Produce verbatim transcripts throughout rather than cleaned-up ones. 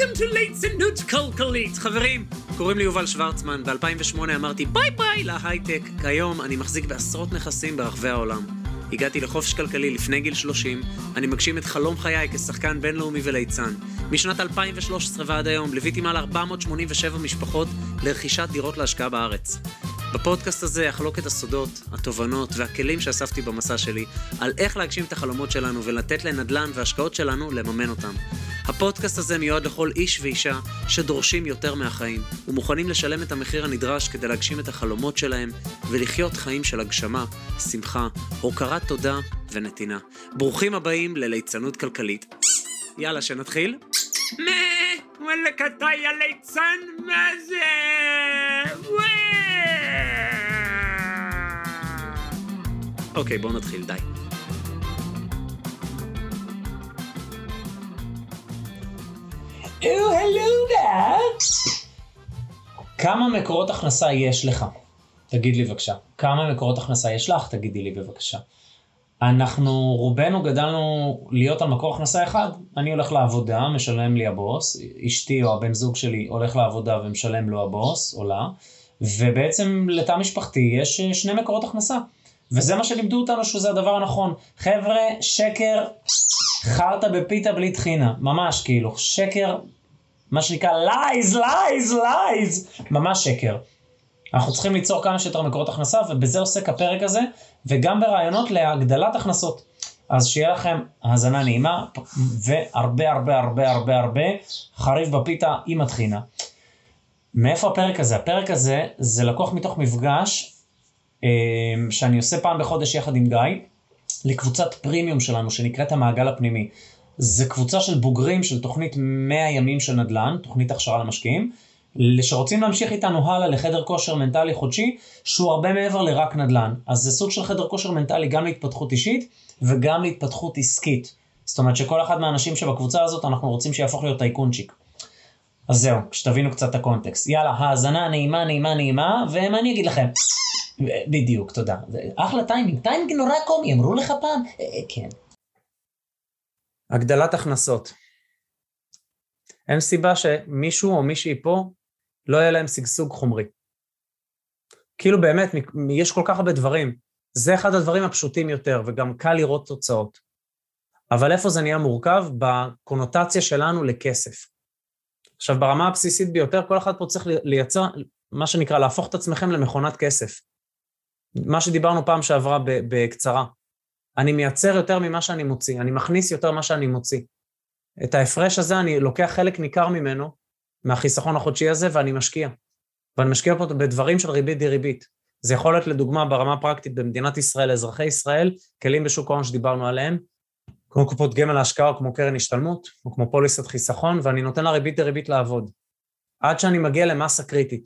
Welcome to ליצנות כלכלית. חברים, קוראים לי יובל שוורצמן. ב-אלפיים ושמונה אמרתי ביי ביי להייטק. כיום אני מחזיק בעשרות נכסים ברחבי העולם. הגעתי לחופש כלכלי לפני גיל שלושים. אני מגשים את חלום חיי כשחקן בינלאומי וליצן. משנת אלפיים ושלוש עשרה ועד היום לוויתי מעל ארבע מאות שמונים ושבע משפחות לרכישת דירות להשקעה בארץ. בפודקאסט הזה אחלוק את הסודות, התובנות והכלים שאספתי במסע שלי על איך להגשים את החלומות שלנו ולתת לנדל"ן והשקעות שלנו לממן אותם. הפודקאסט הזה מיועד לכל איש ואישה שדורשים יותר מהחיים ומוכנים לשלם את המחיר הנדרש כדי להגשים את החלומות שלהם ולחיות חיים של הגשמה, שמחה, הוקרת תודה ונתינה. ברוכים הבאים לליצנות כלכלית. יאללה, שנתחיל? מה? וואלק אתה יא ליצן? מה זה? וואו! אוקיי, בואו נתחיל, די. או, הלו דה. כמה מקורות הכנסה יש לך? תגיד לי בבקשה. כמה מקורות הכנסה יש לך? תגידי לי בבקשה. אנחנו, רובנו גדלנו להיות על מקור הכנסה אחד. אני הולך לעבודה, משלם לי הבוס. אשתי או הבן זוג שלי הולך לעבודה ומשלם לו הבוס, או לה. ובעצם לתא משפחתי יש שני מקורות הכנסה. וזה מה שלימדו אותנו שזה הדבר הנכון. חבר'ה, שקר, חרטה בפיתה בלי תחינה. ממש כאילו, שקר, מה שנקרא lies, lies, lies. ממש שקר. אנחנו צריכים ליצור כמה שיותר מקורות הכנסה, ובזה עוסק הפרק הזה, וגם ברעיונות להגדלת הכנסות. אז שיהיה לכם האזנה נעימה, והרבה הרבה הרבה הרבה הרבה חריף בפיתה עם התחינה. מאיפה הפרק הזה? הפרק הזה זה לקוח מתוך מפגש, שאני עושה פעם בחודש יחד עם גיא, לקבוצת פרימיום שלנו, שנקראת המעגל הפנימי. זה קבוצה של בוגרים של תוכנית מאה ימים של נדל"ן, תוכנית הכשרה למשקיעים, שרוצים להמשיך איתנו הלאה לחדר כושר מנטלי חודשי, שהוא הרבה מעבר לרק נדל"ן. אז זה סוג של חדר כושר מנטלי גם להתפתחות אישית, וגם להתפתחות עסקית. זאת אומרת שכל אחד מהאנשים שבקבוצה הזאת, אנחנו רוצים שיהפוך להיות טייקונצ'יק. אז זהו, שתבינו קצת את הקונטקסט. יאללה, האזנה נעימה, נעימה, נעימה, ומה אני אגיד לכם? בדיוק, תודה. אחלה טיימינג, טיימינג נורא קומי, אמרו לך פעם? כן. הגדלת הכנסות. אין סיבה שמישהו או מישהי פה לא יהיה להם סגסוג חומרי. כאילו באמת, יש כל כך הרבה דברים. זה אחד הדברים הפשוטים יותר, וגם קל לראות תוצאות. אבל איפה זה נהיה מורכב? בקונוטציה שלנו לכסף. עכשיו, ברמה הבסיסית ביותר, כל אחד פה צריך לייצר, מה שנקרא, להפוך את עצמכם למכונת כסף. מה שדיברנו פעם שעברה בקצרה. אני מייצר יותר ממה שאני מוציא, אני מכניס יותר ממה שאני מוציא. את ההפרש הזה אני לוקח חלק ניכר ממנו, מהחיסכון החודשי הזה, ואני משקיע. ואני משקיע פה בדברים של ריבית די ריבית. זה יכול להיות לדוגמה ברמה פרקטית במדינת ישראל, אזרחי ישראל, כלים בשוק ההון שדיברנו עליהם, כמו קופות גמל להשקעה, או כמו קרן השתלמות, או כמו פוליסת חיסכון, ואני נותן לה ריבית די ריבית לעבוד. עד שאני מגיע למסה קריטית.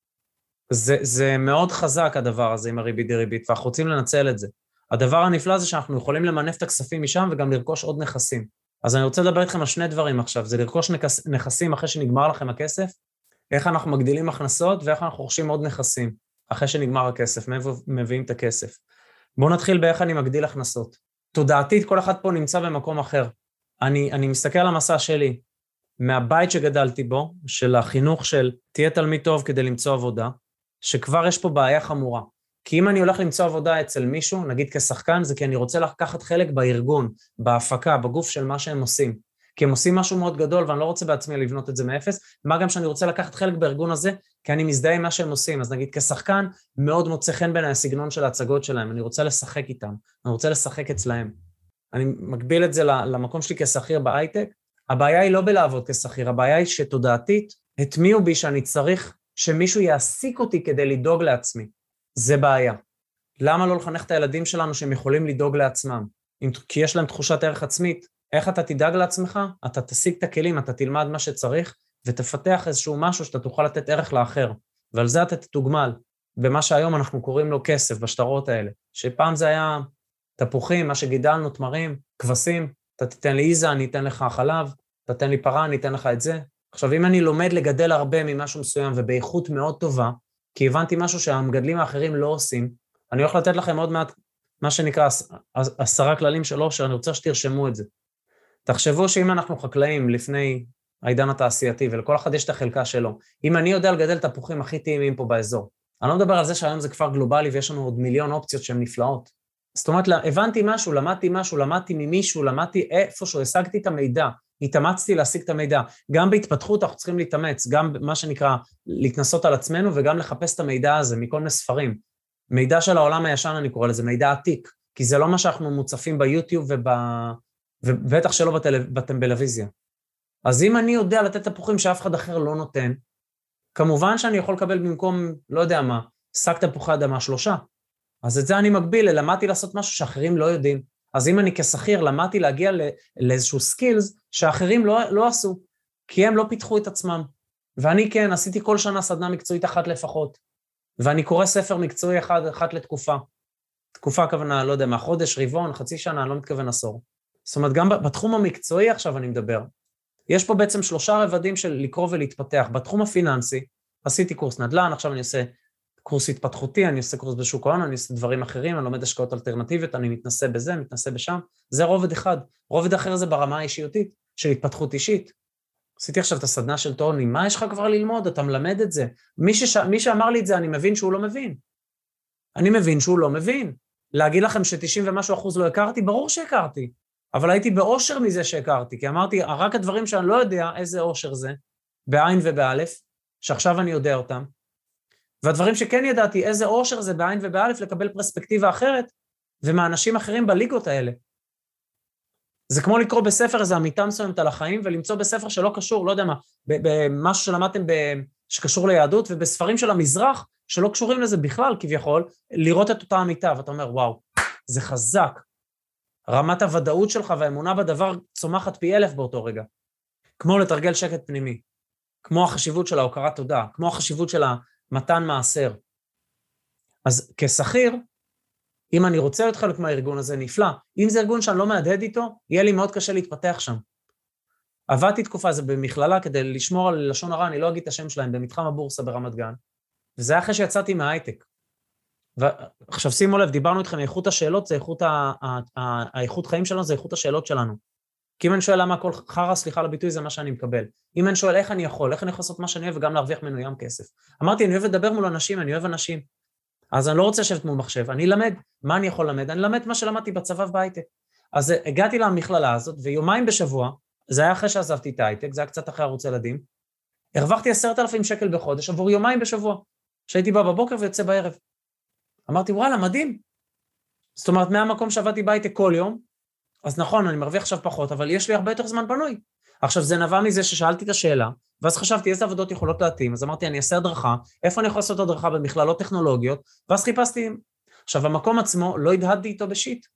זה, זה מאוד חזק הדבר הזה עם הריבית די ריבית, ואנחנו רוצים לנצל את זה. הדבר הנפלא זה שאנחנו יכולים למנף את הכספים משם, וגם לרכוש עוד נכסים. אז אני רוצה לדבר איתכם על שני דברים עכשיו, זה לרכוש נכסים אחרי שנגמר לכם הכסף, איך אנחנו מגדילים הכנסות, ואיך אנחנו רוכשים עוד נכסים, אחרי שנגמר הכסף, מאיפה מביאים את הכסף. בואו נתחיל באיך אני מגדיל הכנסות. תודעתית, כל אחד פה נמצא במקום אחר. אני, אני מסתכל על המסע שלי, מהבית שגדלתי בו, של החינוך של תהיה תלמיד טוב כדי למצוא עבודה, שכבר יש פה בעיה חמורה. כי אם אני הולך למצוא עבודה אצל מישהו, נגיד כשחקן, זה כי אני רוצה לקחת חלק בארגון, בהפקה, בגוף של מה שהם עושים. כי הם עושים משהו מאוד גדול, ואני לא רוצה בעצמי לבנות את זה מאפס, מה גם שאני רוצה לקחת חלק בארגון הזה, כי אני מזדהה עם מה שהם עושים. אז נגיד כשחקן, מאוד מוצא חן בין הסגנון של ההצגות שלהם, אני רוצה לשחק איתם, אני רוצה לשחק אצלהם. אני מגביל את זה למקום שלי כשכיר בהייטק, הבעיה היא לא בלעבוד כשכיר, הבעיה היא שתודעתית, התמיעו בי שאני צריך שמישהו יעסיק אותי כדי לדאוג לעצמי. זה בעיה. למה לא לחנך את הילדים שלנו שהם יכולים לדאוג לעצמם? כי יש להם תחושת ערך עצמית. איך אתה תדאג לעצמך? אתה תשיג את הכלים, אתה תלמד מה שצריך, ותפתח איזשהו משהו שאתה תוכל לתת ערך לאחר. ועל זה אתה תתוגמל, במה שהיום אנחנו קוראים לו כסף, בשטרות האלה. שפעם זה היה תפוחים, מה שגידלנו, תמרים, כבשים, אתה תיתן לי איזה, אני אתן לך חלב, אתה תתן לי פרה, אני אתן לך את זה. עכשיו, אם אני לומד לגדל הרבה ממשהו מסוים, ובאיכות מאוד טובה, כי הבנתי משהו שהמגדלים האחרים לא עושים, אני הולך לתת לכם עוד מעט, מה שנקרא, עשרה כללים שלו, שאני רוצה שתרשמו את זה. תחשבו שאם אנחנו חקלאים לפני העידן התעשייתי, ולכל אחד יש את החלקה שלו. אם אני יודע לגדל תפוחים הכי טעימים פה באזור, אני לא מדבר על זה שהיום זה כפר גלובלי ויש לנו עוד מיליון אופציות שהן נפלאות. זאת אומרת, הבנתי משהו, למדתי משהו, למדתי ממישהו, למדתי איפשהו, השגתי את המידע, התאמצתי להשיג את המידע. גם בהתפתחות אנחנו צריכים להתאמץ, גם מה שנקרא להתנסות על עצמנו, וגם לחפש את המידע הזה מכל מיני ספרים. מידע של העולם הישן אני קורא לזה, מידע עתיק, כי זה לא מה שאנחנו מוצפים ביוטיוב וב... ובטח שלא בטל... בטלוויזיה. אז אם אני יודע לתת תפוחים שאף אחד אחר לא נותן, כמובן שאני יכול לקבל במקום, לא יודע מה, שק תפוחי אדמה שלושה. אז את זה אני מגביל, למדתי לעשות משהו שאחרים לא יודעים. אז אם אני כשכיר למדתי להגיע לא, לאיזשהו סקילס שאחרים לא, לא עשו, כי הם לא פיתחו את עצמם. ואני כן, עשיתי כל שנה סדנה מקצועית אחת לפחות, ואני קורא ספר מקצועי אחד, אחת לתקופה. תקופה הכוונה, לא יודע מה, חודש, רבעון, חצי שנה, אני לא מתכוון עשור. זאת אומרת, גם בתחום המקצועי עכשיו אני מדבר. יש פה בעצם שלושה רבדים של לקרוא ולהתפתח. בתחום הפיננסי, עשיתי קורס נדל"ן, עכשיו אני עושה קורס התפתחותי, אני עושה קורס בשוק ההון, אני עושה דברים אחרים, אני לומד השקעות אלטרנטיביות, אני מתנסה בזה, מתנסה בשם. זה רובד אחד. רובד אחר זה ברמה האישיותית, של התפתחות אישית. עשיתי עכשיו את הסדנה של טוני, מה יש לך כבר ללמוד? אתה מלמד את זה. מי, שש... מי שאמר לי את זה, אני מבין שהוא לא מבין. אני מבין שהוא לא מבין. להגיד לכם ש-תשעים ומשהו אחוז לא הכרתי, ברור שהכרתי. אבל הייתי באושר מזה שהכרתי, כי אמרתי, רק הדברים שאני לא יודע איזה אושר זה, בעין ובאלף, שעכשיו אני יודע אותם, והדברים שכן ידעתי, איזה אושר זה בעין ובאלף, לקבל פרספקטיבה אחרת, ומאנשים אחרים בליגות האלה. זה כמו לקרוא בספר איזה אמיתה מסוימת על החיים, ולמצוא בספר שלא קשור, לא יודע מה, במשהו שלמדתם ב... שקשור ליהדות, ובספרים של המזרח, שלא קשורים לזה בכלל, כביכול, לראות את אותה אמיתה, ואתה אומר, וואו, זה חזק. רמת הוודאות שלך והאמונה בדבר צומחת פי אלף באותו רגע. כמו לתרגל שקט פנימי, כמו החשיבות של ההוקרת תודה, כמו החשיבות של המתן מעשר. אז כשכיר, אם אני רוצה להיות חלק מהארגון הזה, נפלא. אם זה ארגון שאני לא מהדהד איתו, יהיה לי מאוד קשה להתפתח שם. עבדתי תקופה הזו במכללה כדי לשמור על לשון הרע, אני לא אגיד את השם שלהם, במתחם הבורסה ברמת גן, וזה היה אחרי שיצאתי מההייטק. ועכשיו שימו לב, דיברנו איתכם, איכות השאלות זה איכות, ה... האיכות חיים שלנו, זה איכות השאלות שלנו. כי אם אני שואל למה הכל חרא, סליחה לביטוי, זה מה שאני מקבל. אם אני שואל איך אני יכול, איך אני יכול לעשות מה שאני אוהב וגם להרוויח ממנו ים כסף. אמרתי, אני אוהב לדבר מול אנשים, אני אוהב אנשים. אז אני לא רוצה לשבת מול מחשב, אני אלמד. מה אני יכול ללמד? אני אלמד מה שלמדתי בצבא ובהייטק. אז הגעתי למכללה הזאת, ויומיים בשבוע, זה היה אחרי שעזבתי את ההייטק, זה היה קצת אחרי ערוץ ילדים, הרווחתי עשרת אלפים שקל בחודש עבור יומיים בשבוע, שהייתי בא בבוקר ויוצא בערב. אמרתי, וואלה, מדהים. זאת אומרת, מהמקום שעבדתי בהייטק כל יום, אז נכון, אני מרוויח עכשיו פחות, אבל יש לי הרבה יותר זמן פנוי. עכשיו, זה נבע מזה ששאלתי את השאלה, ואז חשבתי איזה עבודות יכולות להתאים, אז אמרתי, אני אעשה הדרכה, איפה אני יכול לעשות הדרכה במכללות טכנולוגיות, ואז חיפשתי. עכשיו, המקום עצמו, לא הדהדתי איתו בשיט.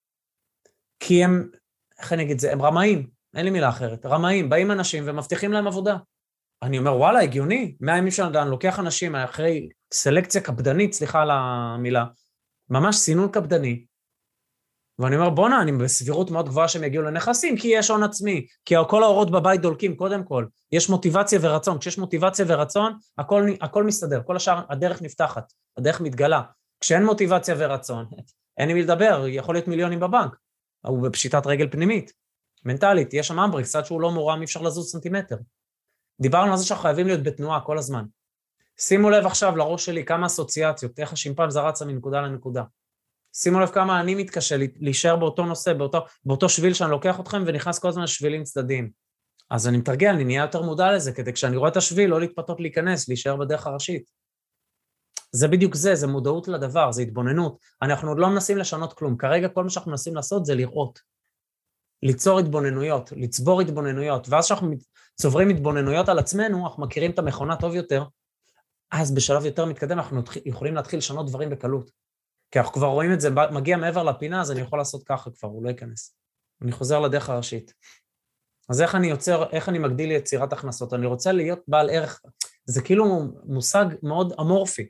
כי הם, איך אני אגיד זה, הם רמאים, אין לי מילה אחרת, רמאים, באים אנשים ומבטיחים להם עבודה. אני אומר, וואלה, הגיוני, מאה ימים של נדל"ן, לוקח אנשים אחרי סלקציה קפדנית, סליחה על המילה, ממש סינון קפדני, ואני אומר, בונה, אני בסבירות מאוד גבוהה שהם יגיעו לנכסים, כי יש הון עצמי, כי כל האורות בבית דולקים, קודם כל, יש מוטיבציה ורצון, כשיש מוטיבציה ורצון, הכל, הכל מסתדר, כל השאר, הדרך נפתחת, הדרך מתגלה, כשאין מוטיבציה ורצון, אין עם מי לדבר, יכול להיות מיליונים בבנק, הוא בפשיטת רגל פנימית, מנטלית, יש שם אמבריקס, קצת שהוא לא מורם, אי אפשר לזוז סנטימטר. דיברנו על זה שאנחנו חייבים להיות בתנועה כל הזמן. שימו לב עכשיו לראש שלי כמה אסוציאציות, איך השימפנזה רצה מנקודה לנקודה. שימו לב כמה אני מתקשה להישאר באותו נושא, באותו, באותו שביל שאני לוקח אתכם ונכנס כל הזמן לשבילים צדדיים. אז אני מתרגל, אני נהיה יותר מודע לזה, כדי כשאני רואה את השביל, לא להתפתות להיכנס, להישאר בדרך הראשית. זה בדיוק זה, זה מודעות לדבר, זה התבוננות. אנחנו עוד לא מנסים לשנות כלום. כרגע כל מה שאנחנו מנסים לעשות זה לראות. ליצור התבוננויות, לצבור התבוננויות, ואז שאנחנו צוברים התבוננויות על עצמנו, אנחנו מכירים את המכונה טוב יותר, אז בשלב יותר מתקדם אנחנו יכולים להתחיל לשנות דברים בקלות. כי אנחנו כבר רואים את זה, מגיע מעבר לפינה, אז אני יכול לעשות ככה כבר, הוא לא ייכנס. אני חוזר לדרך הראשית. אז איך אני יוצר, איך אני מגדיל יצירת הכנסות? אני רוצה להיות בעל ערך, זה כאילו מושג מאוד אמורפי.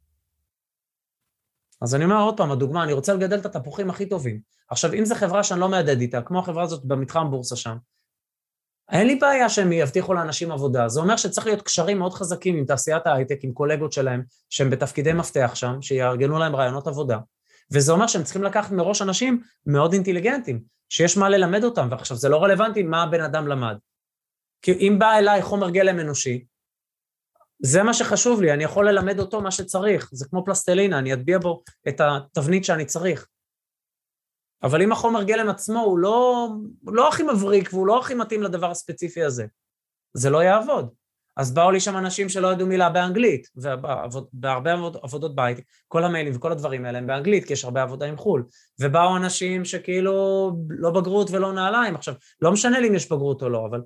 אז אני אומר עוד פעם, הדוגמה, אני רוצה לגדל את התפוחים הכי טובים. עכשיו, אם זו חברה שאני לא מעדד איתה, כמו החברה הזאת במתחם בורסה שם, אין לי בעיה שהם יבטיחו לאנשים עבודה. זה אומר שצריך להיות קשרים מאוד חזקים עם תעשיית ההייטק, עם קולגות שלהם, שהם בתפקידי מפתח שם, שיארגנו להם רעיונות עבודה. וזה אומר שהם צריכים לקחת מראש אנשים מאוד אינטליגנטים, שיש מה ללמד אותם, ועכשיו זה לא רלוונטי מה הבן אדם למד. כי אם בא אליי חומר גלם אנושי, זה מה שחשוב לי, אני יכול ללמד אותו מה שצריך, זה כמו פלסטלינה, אני אטביע בו את התבנית שאני צריך. אבל אם החומר גלם עצמו הוא לא, לא הכי מבריק, והוא לא הכי מתאים לדבר הספציפי הזה, זה לא יעבוד. אז באו לי שם אנשים שלא ידעו מילה באנגלית, ובהרבה עבוד, עבודות בית, כל המיילים וכל הדברים האלה הם באנגלית, כי יש הרבה עבודה עם חול. ובאו אנשים שכאילו לא בגרות ולא נעליים. עכשיו, לא משנה לי אם יש בגרות או לא, אבל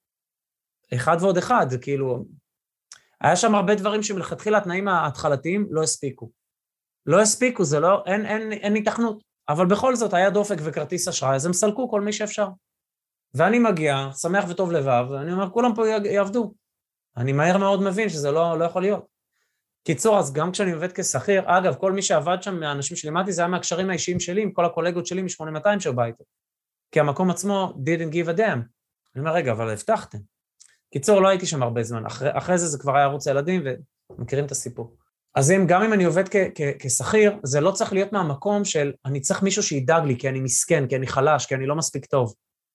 אחד ועוד אחד, זה כאילו, היה שם הרבה דברים שמלכתחילה התנאים ההתחלתיים לא הספיקו. לא הספיקו, זה לא, אין, אין, אין התכנות. אבל בכל זאת היה דופק וכרטיס אשראי, אז הם סלקו כל מי שאפשר. ואני מגיע, שמח וטוב לבב, ואני אומר, כולם פה יעבדו. אני מהר מאוד מבין שזה לא, לא יכול להיות. קיצור, אז גם כשאני עובד כשכיר, אגב, כל מי שעבד שם מהאנשים שלימדתי, זה היה מהקשרים האישיים שלי, עם כל הקולגות שלי מ-שמונה מאתיים שבא איתו. כי המקום עצמו didn't give a damn. אני אומר, רגע, אבל הבטחתם. קיצור, לא הייתי שם הרבה זמן. אחרי, אחרי זה זה כבר היה ערוץ הילדים, ומכירים את הסיפור. אז אם, גם אם אני עובד כשכיר, זה לא צריך להיות מהמקום של, אני צריך מישהו שידאג לי, כי אני מסכן, כי אני חלש, כי אני לא מספיק טוב.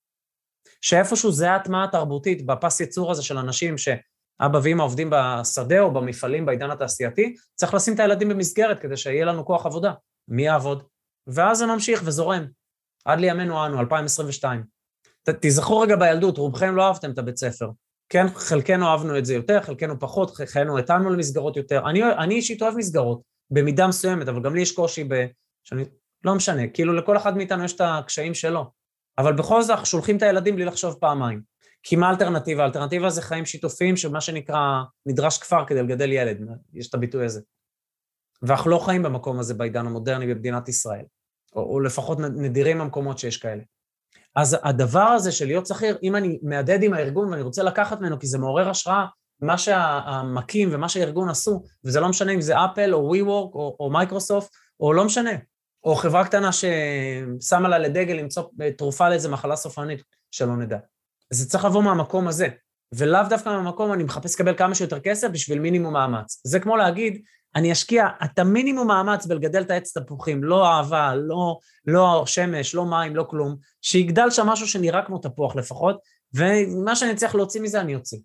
שאיפשהו זה ההטמעה התרבותית, בפס יצור הזה של אנשים שאבא ואמא עובדים בשדה או במפעלים בעידן התעשייתי, צריך לשים את הילדים במסגרת כדי שיהיה לנו כוח עבודה. מי יעבוד? ואז זה ממשיך וזורם. עד לימינו אנו, אלפיים עשרים ושתיים. ת, תזכרו רגע בילדות, רובכם לא אהבתם את הבית ספר. כן, חלקנו אהבנו את זה יותר, חלקנו פחות, חלקנו התאמנו למסגרות יותר. אני, אני אישית אוהב מסגרות, במידה מסוימת, אבל גם לי יש קושי ב... שאני, לא משנה, כאילו לכל אחד מאיתנו יש את הקשיים שלו. אבל בכל זאת שולחים את הילדים בלי לחשוב פעמיים. כי מה האלטרנטיבה? האלטרנטיבה זה חיים שיתופיים, שמה שנקרא נדרש כפר כדי לגדל ילד, יש את הביטוי הזה. ואנחנו לא חיים במקום הזה בעידן המודרני במדינת ישראל, או, או לפחות נדירים המקומות שיש כאלה. אז הדבר הזה של להיות שכיר, אם אני מעדד עם הארגון ואני רוצה לקחת ממנו, כי זה מעורר השראה, מה שהמקים ומה שהארגון עשו, וזה לא משנה אם זה אפל או WeWork או, או מייקרוסופט, או לא משנה, או חברה קטנה ששמה לה לדגל למצוא תרופה לאיזה מחלה סופנית שלא נדע. זה צריך לבוא מהמקום הזה, ולאו דווקא מהמקום אני מחפש לקבל כמה שיותר כסף בשביל מינימום מאמץ. זה כמו להגיד, אני אשקיע את המינימום מאמץ בלגדל את העץ תפוחים, לא אהבה, לא, לא שמש, לא מים, לא כלום, שיגדל שם משהו שנראה כמו תפוח לפחות, ומה שאני צריך להוציא מזה אני אוציא.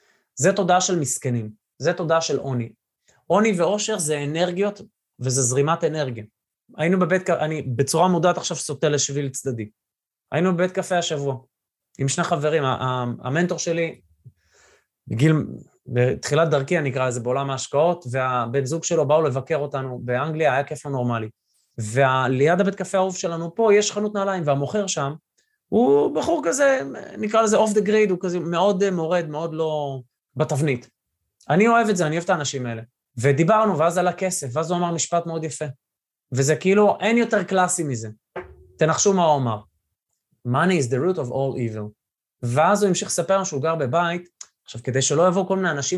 זה תודעה של מסכנים, זה תודעה של עוני. עוני ואושר זה אנרגיות, וזה זרימת אנרגיה. היינו בבית, אני בצורה מודעת עכשיו סוטה לשביל צדדי. היינו בבית קפה השבוע, עם שני חברים, המנטור שלי, בגיל, בתחילת דרכי אני אקרא לזה בעולם ההשקעות, והבן זוג שלו באו לבקר אותנו באנגליה, היה כיף לא נורמלי. וליד הבית קפה האהוב שלנו פה, יש חנות נעליים, והמוכר שם, הוא בחור כזה, נקרא לזה off the grid, הוא כזה מאוד מורד, מאוד לא בתבנית. אני אוהב את זה, אני אוהב את האנשים האלה. ודיברנו, ואז עלה כסף, ואז הוא אמר משפט מאוד יפה. וזה כאילו, אין יותר קלאסי מזה. תנחשו מה הוא אמר. Money is the root of all evil. ואז הוא המשיך לספר לנו שהוא גר בבית, עכשיו, כדי שלא יבואו כל מיני אנשים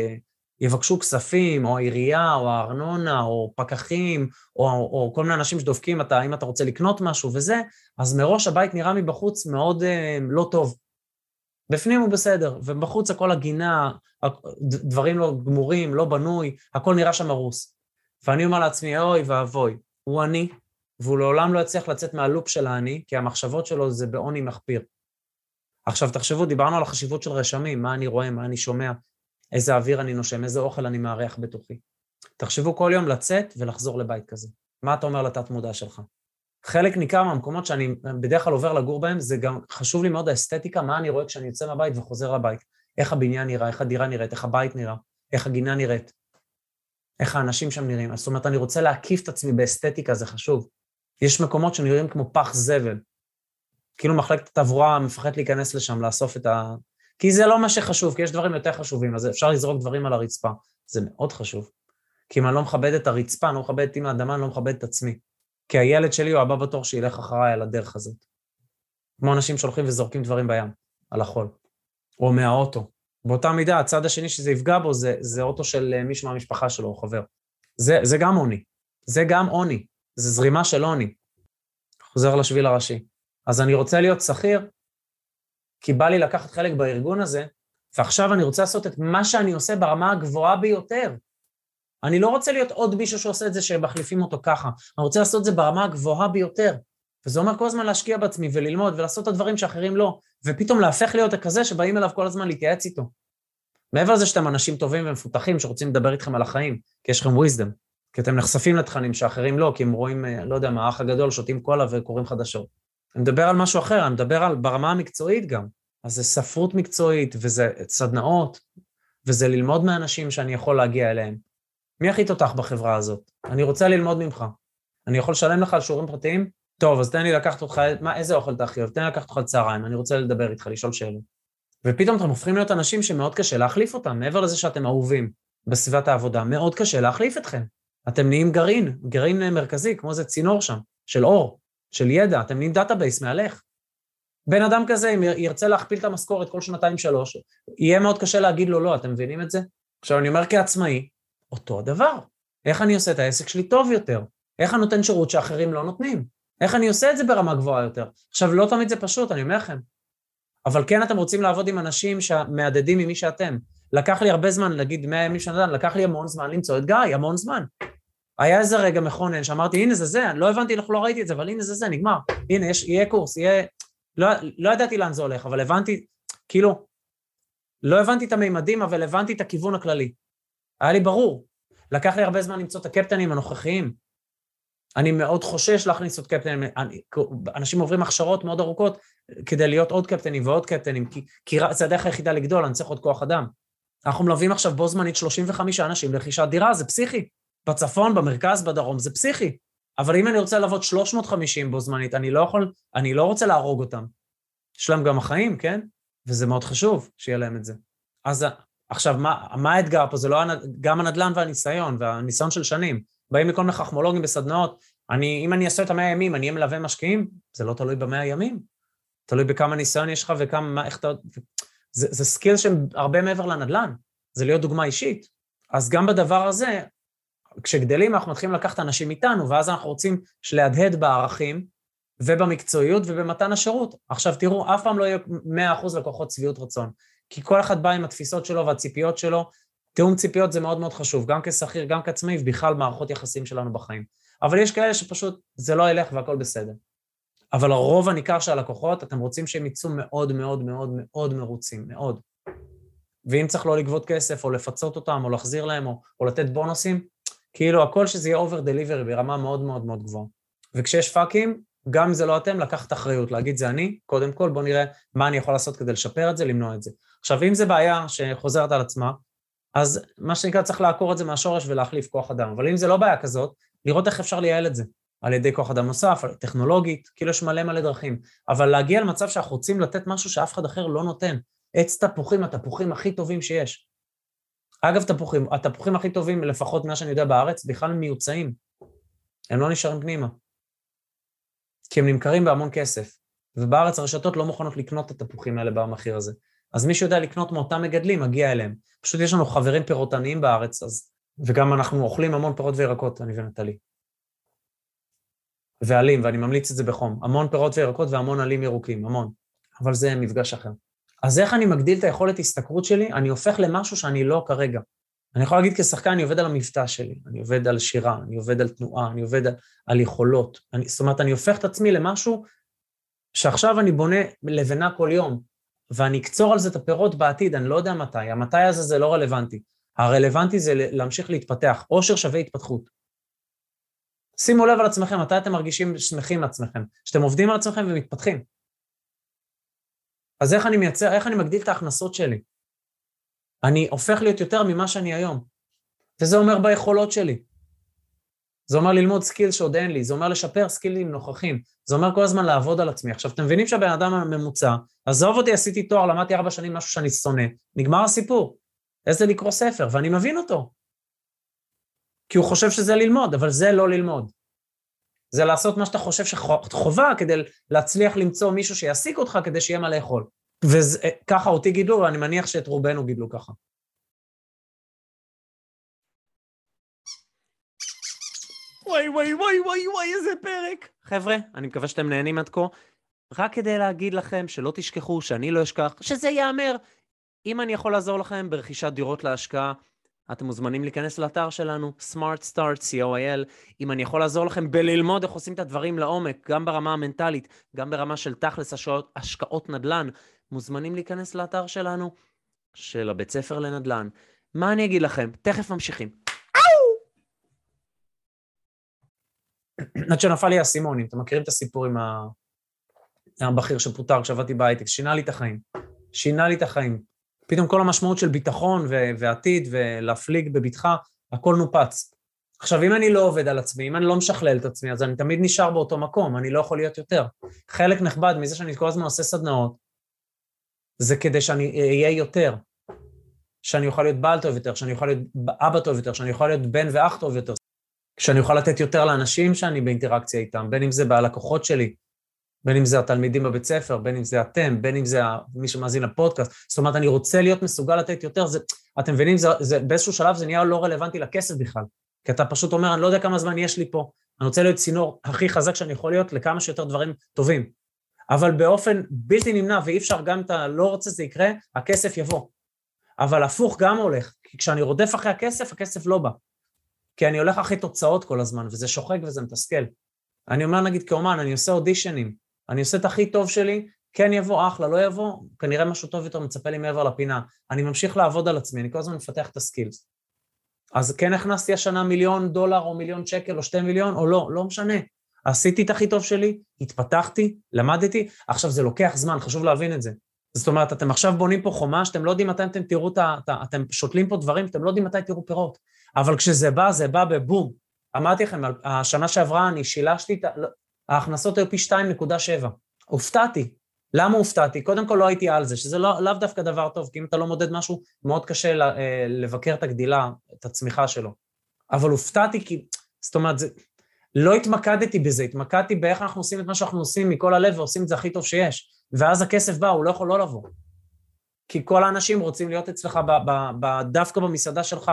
שיבקשו כספים, או העירייה, או הארנונה, או פקחים, או, או כל מיני אנשים שדופקים, אתה, אם אתה רוצה לקנות משהו וזה, אז מראש הבית נראה מבחוץ מאוד אה, לא טוב. בפנים הוא בסדר, ובחוץ הכל הגינה, דברים לא גמורים, לא בנוי, הכל נראה שם הרוס. ואני אומר לעצמי, אוי ואבוי, הוא עני, והוא לעולם לא יצליח לצאת מהלופ של העני, כי המחשבות שלו זה בעוני מחפיר. עכשיו תחשבו, דיברנו על החשיבות של רשמים, מה אני רואה, מה אני שומע, איזה אוויר אני נושם, איזה אוכל אני מארח בתוכי. תחשבו כל יום לצאת ולחזור לבית כזה. מה אתה אומר לתת מודע שלך? חלק ניכר מהמקומות שאני בדרך כלל עובר לגור בהם, זה גם חשוב לי מאוד האסתטיקה, מה אני רואה כשאני יוצא מהבית וחוזר לבית. איך הבניין נראה, איך הדירה נראית, איך הבית נראה, איך הגינה נראית, איך האנשים שם נראים. זאת אומרת, אני רוצה להקיף את עצמי באסתטיקה, זה חשוב. יש מקומות שנראים כמו פח זבל. כאילו מחלקת התברואה מפחד להיכנס לשם, לאסוף את ה... כי זה לא מה שחשוב, כי יש דברים יותר חשובים, אז אפשר לזרוק דברים על הרצפה. זה מאוד חשוב. כי אם אני לא מכבד את הרצפה, אני לא מכבד את עם האדמה, אני לא מכבד את עצמי. כי הילד שלי הוא הבא בתור שילך אחריי על הדרך הזאת. כמו אנשים שהולכים וזורקים דברים בים, על החול. או מהאוטו. באותה מידה, הצד השני שזה יפגע בו, זה, זה אוטו של מישהו מהמשפחה שלו, או חבר. זה, זה גם עוני. זה גם עוני. זה זרימה של עוני. חוזר לשביל הראשי. אז אני רוצה להיות שכיר, כי בא לי לקחת חלק בארגון הזה, ועכשיו אני רוצה לעשות את מה שאני עושה ברמה הגבוהה ביותר. אני לא רוצה להיות עוד מישהו שעושה את זה שמחליפים אותו ככה. אני רוצה לעשות את זה ברמה הגבוהה ביותר. וזה אומר כל הזמן להשקיע בעצמי וללמוד ולעשות את הדברים שאחרים לא, ופתאום להפך להיות כזה שבאים אליו כל הזמן להתייעץ איתו. מעבר לזה שאתם אנשים טובים ומפותחים שרוצים לדבר איתכם על החיים, כי יש לכם wisdom, כי אתם נחשפים לתכנים שאחרים לא, כי הם רואים, לא יודע מה, האח הגדול, שותים קולה וקוראים חדשות. אני מדבר על משהו אחר, אני מדבר על ברמה המקצועית גם. אז זה ספרות מקצועית, וזה סדנאות, וזה ללמוד מאנשים שאני יכול להגיע אליהם. מי הכי תותח בחברה הזאת? אני רוצה ללמוד ממך. אני יכול לשלם לך על שיעורים פרטיים? טוב, אז תן לי לקחת אותך, מה, איזה אוכל אתה הכי אוהב? תן לי לקחת אותך לצהריים, אני רוצה לדבר איתך, לשאול שאלות. ופתאום אתם הופכים להיות אנשים שמאוד קשה להחליף אותם, מעבר לזה שאתם אהובים בסביבת העבודה, מאוד קשה להחליף אתכם. אתם נהיים גרעין, גרעין מרכזי, כמו זה צינור שם, של אור, של ידע, אתם נהיים דאטאבייס מהלך. בן אדם כזה, אם ירצה להכפיל את המשכורת כל שנתיים שלוש, יהיה מאוד קשה להגיד לו לא, אתם מבינים את זה? עכשיו אני אומר כעצמאי, אותו הדבר. איך אני עושה את העסק שלי טוב יותר? איך אני נותן שירות שאחרים לא נותנים? איך אני עושה את זה ברמה גבוהה יותר? עכשיו, לא תמיד זה פשוט, אני אומר לכם. אבל כן אתם רוצים לעבוד עם אנשים שמעדדים ממי שאתם. לקח לי הרבה זמן, להגיד מאה ימים שנדן, לקח לי המון זמן למצוא את גיא, המון זמן. היה איזה רגע מכונן שאמרתי, הנה זה זה, לא הבנתי, לא ראיתי את זה, אבל הנה זה זה, נגמר. הנה, יש, יהיה קורס, יהיה... לא, לא ידעתי לאן זה הולך, אבל הבנתי, כאילו, לא הבנתי את המימדים, אבל הבנתי את הכיוון הכללי. היה לי ברור. לקח לי הרבה זמן למצוא את הקפטנים הנוכחיים. אני מאוד חושש להכניס עוד קפטנים. אני, אנשים עוברים הכשרות מאוד ארוכות כדי להיות עוד קפטנים ועוד קפטנים, כי, כי זה הדרך היחידה לגדול, אני צריך עוד כוח אדם. אנחנו מלווים עכשיו בו זמנית שלושים וחמישה אנשים לרכישת דירה, זה פסיכי. בצפון, במרכז, בדרום, זה פסיכי. אבל אם אני רוצה לעבוד שלוש מאות וחמישים בו זמנית, אני לא יכול, אני לא רוצה להרוג אותם. יש להם גם החיים, כן? וזה מאוד חשוב שיהיה להם את זה. אז עכשיו, מה, מה האתגר פה? זה לא גם הנדל"ן והניסיון, והניסיון של שנים. באים מכל מיני חכמולוגים בסדנאות, אני, אם אני אעשה את המאה ימים, אני אהיה מלווה משקיעים, זה לא תלוי במאה ימים. תלוי בכמה ניסיון יש לך וכמה, מה, איך אתה... זה, זה סקיל שהם הרבה מעבר לנדל"ן. זה להיות דוגמה אישית. אז גם בדבר הזה, כשגדלים אנחנו מתחילים לקחת אנשים איתנו, ואז אנחנו רוצים להדהד בערכים, ובמקצועיות ובמתן השירות. עכשיו תראו, אף פעם לא יהיה מאה אחוז לקוחות צביעות רצון, כי כל אחד בא עם התפיסות שלו והציפיות שלו, תיאום ציפיות זה מאוד מאוד חשוב, גם כשכיר, גם כעצמאי, ובכלל מערכות יחסים שלנו בחיים. אבל יש כאלה שפשוט זה לא ילך והכל בסדר. אבל הרוב הניכר של הלקוחות, אתם רוצים שהם יצאו מאוד מאוד מאוד מאוד מרוצים, מאוד. ואם צריך לא לגבות כסף, או לפצות אותם, או להחזיר להם, או, או לתת בונוסים, כאילו הכל שזה יהיה over delivery ברמה מאוד מאוד מאוד גבוהה. וכשיש פאקים, גם אם זה לא אתם, לקחת אחריות, להגיד זה אני, קודם כל בוא נראה מה אני יכול לעשות כדי לשפר את זה, למנוע את זה. עכשיו, אם זה בעיה שחוזרת על עצמה, אז מה שנקרא צריך לעקור את זה מהשורש ולהחליף כוח אדם. אבל אם זה לא בעיה כזאת, לראות איך אפשר לייעל את זה, על ידי כוח אדם נוסף, טכנולוגית, כאילו יש מלא מלא דרכים. אבל להגיע למצב שאנחנו רוצים לתת משהו שאף אחד אחר לא נותן. עץ תפוחים, התפוחים הכי טובים שיש. אגב, תפוחים, התפוחים הכי טובים, לפחות מה שאני יודע בארץ, בכלל מיוצאים. הם לא נשארים פנימה. כי הם נמכרים בהמון כסף. ובארץ הרשתות לא מוכנות לקנות את התפוחים האלה במחיר הזה. אז מי שיודע לקנות מאותם מגדלים, מגיע אליהם. פשוט יש לנו חברים פירותניים בארץ, אז... וגם אנחנו אוכלים המון פירות וירקות, אני ונטלי. ועלים, ואני ממליץ את זה בחום. המון פירות וירקות והמון עלים ירוקים, המון. אבל זה מפגש אחר. אז איך אני מגדיל את היכולת הסתכרות שלי? אני הופך למשהו שאני לא כרגע. אני יכול להגיד כשחקן, אני עובד על המבטא שלי, אני עובד על שירה, אני עובד על תנועה, אני עובד על, על יכולות. אני, זאת אומרת, אני הופך את עצמי למשהו שעכשיו אני בונה לבנה כל יום, ואני אקצור על זה את הפירות בעתיד, אני לא יודע מתי. המתי הזה זה לא רלוונטי. הרלוונטי זה להמשיך להתפתח. עושר שווה התפתחות. שימו לב על עצמכם, מתי אתם מרגישים שמחים לעצמכם, שאתם עובדים על עצמכם ומתפתחים. אז איך אני מייצר, איך אני מגדיל את ההכנסות שלי? אני הופך להיות יותר ממה שאני היום. וזה אומר ביכולות שלי. זה אומר ללמוד סקיל שעוד אין לי, זה אומר לשפר סקילים נוכחים, זה אומר כל הזמן לעבוד על עצמי. עכשיו, אתם מבינים שהבן אדם הממוצע, עזוב אותי, עשיתי תואר, למדתי ארבע שנים משהו שאני שונא, נגמר הסיפור. איזה לקרוא ספר, ואני מבין אותו. כי הוא חושב שזה ללמוד, אבל זה לא ללמוד. זה לעשות מה שאתה חושב שחובה, כדי להצליח למצוא מישהו שיעסיק אותך, כדי שיהיה מה לאכול. וככה אותי גידלו, ואני מניח שאת רובנו גידלו ככה. וואי, וואי, וואי, וואי, וואי, איזה פרק. חבר'ה, אני מקווה שאתם נהנים עד כה. רק כדי להגיד לכם שלא תשכחו, שאני לא אשכח, שזה יאמר. אם אני יכול לעזור לכם ברכישת דירות להשקעה, אתם מוזמנים להיכנס לאתר שלנו, סמארט סטארט דוט קו איי אל. אם אני יכול לעזור לכם בללמוד איך עושים את הדברים לעומק, גם ברמה המנטלית, גם ברמה של תכלס השקעות, השקעות נדל"ן, מוזמנים להיכנס לאתר שלנו, של הבית ספר לנדל"ן. מה אני אגיד לכם? תכף ממשיכים. עד שנפל לי הסימונים, אתם מכירים את הסיפור עם הבכיר שפוטר כשעבדתי בהייטק, שינה לי את החיים, שינה לי את החיים. פתאום כל המשמעות של ביטחון ו- ועתיד ולהפליג בביטחה, הכל נופץ. עכשיו, אם אני לא עובד על עצמי, אם אני לא משכלל את עצמי, אז אני תמיד נשאר באותו מקום, אני לא יכול להיות יותר. חלק נכבד מזה שאני כל הזמן עושה סדנאות, זה כדי שאני אהיה יותר, שאני אוכל להיות בעל טוב יותר, שאני אוכל להיות אבא טוב יותר, שאני אוכל להיות בן ואח טוב יותר, שאני אוכל לתת יותר לאנשים שאני באינטראקציה איתם, בין אם זה בלקוחות שלי, בין אם זה התלמידים בבית ספר, בין אם זה אתם, בין אם זה מי שמאזין לפודקאסט. זאת אומרת, אני רוצה להיות מסוגל לתת יותר, זה, אתם מבינים, זה, זה, באיזשהו שלב זה נהיה לא רלוונטי לכסף בכלל, כי אתה פשוט אומר, אני לא יודע כמה זמן יש לי פה, אני רוצה להיות צינור הכי חזק שאני יכול להיות לכמה שיותר דברים טובים, אבל באופן בלתי נמנע, ואי אפשר גם את הלא רוצה זה יקרה, הכסף יבוא. אבל הפוך גם הולך, כי כשאני רודף אחרי הכסף, הכסף לא בא. כי אני הולך אחרי תוצאות כל הזמן, וזה שוחק וזה מתסכל. אני אומר נגיד כאומן, אני עושה אודישנים, אני עושה את הכי טוב שלי, כן יבוא אחלה, לא יבוא, כנראה משהו טוב יותר מצפה לי מעבר לפינה. אני ממשיך לעבוד על עצמי, אני כל הזמן מפתח את הסקילס. אז כן הכנסתי השנה מיליון דולר, או מיליון שקל, או שתי מיליון, או לא, לא משנה. עשיתי את הכי טוב שלי, התפתחתי, למדתי, עכשיו זה לוקח זמן, חשוב להבין את זה. זאת אומרת, אתם עכשיו בונים פה חומה, שאתם לא יודעים מתי אתם תראו את ה... אתם שותלים פה דברים, אתם לא יודעים מתי תראו פירות. אבל כשזה בא, זה בא בבום. אמרתי לכם, השנה שעברה אני שילשתי את ה... ההכנסות היו פי שתיים נקודה שבע. הופתעתי. למה הופתעתי? קודם כל לא הייתי על זה, שזה לא, לאו דווקא דבר טוב, כי אם אתה לא מודד משהו, מאוד קשה לבקר את הגדילה, את הצמיחה שלו. אבל הופתעתי כי, זאת אומרת, זה... לא התמקדתי בזה, התמקדתי באיך אנחנו עושים את מה שאנחנו עושים מכל הלב, ועושים את זה הכי טוב שיש. ואז הכסף בא, הוא לא יכול לא לבוא. כי כל האנשים רוצים להיות אצלך ב- ב- ב- דווקא במסעדה שלך.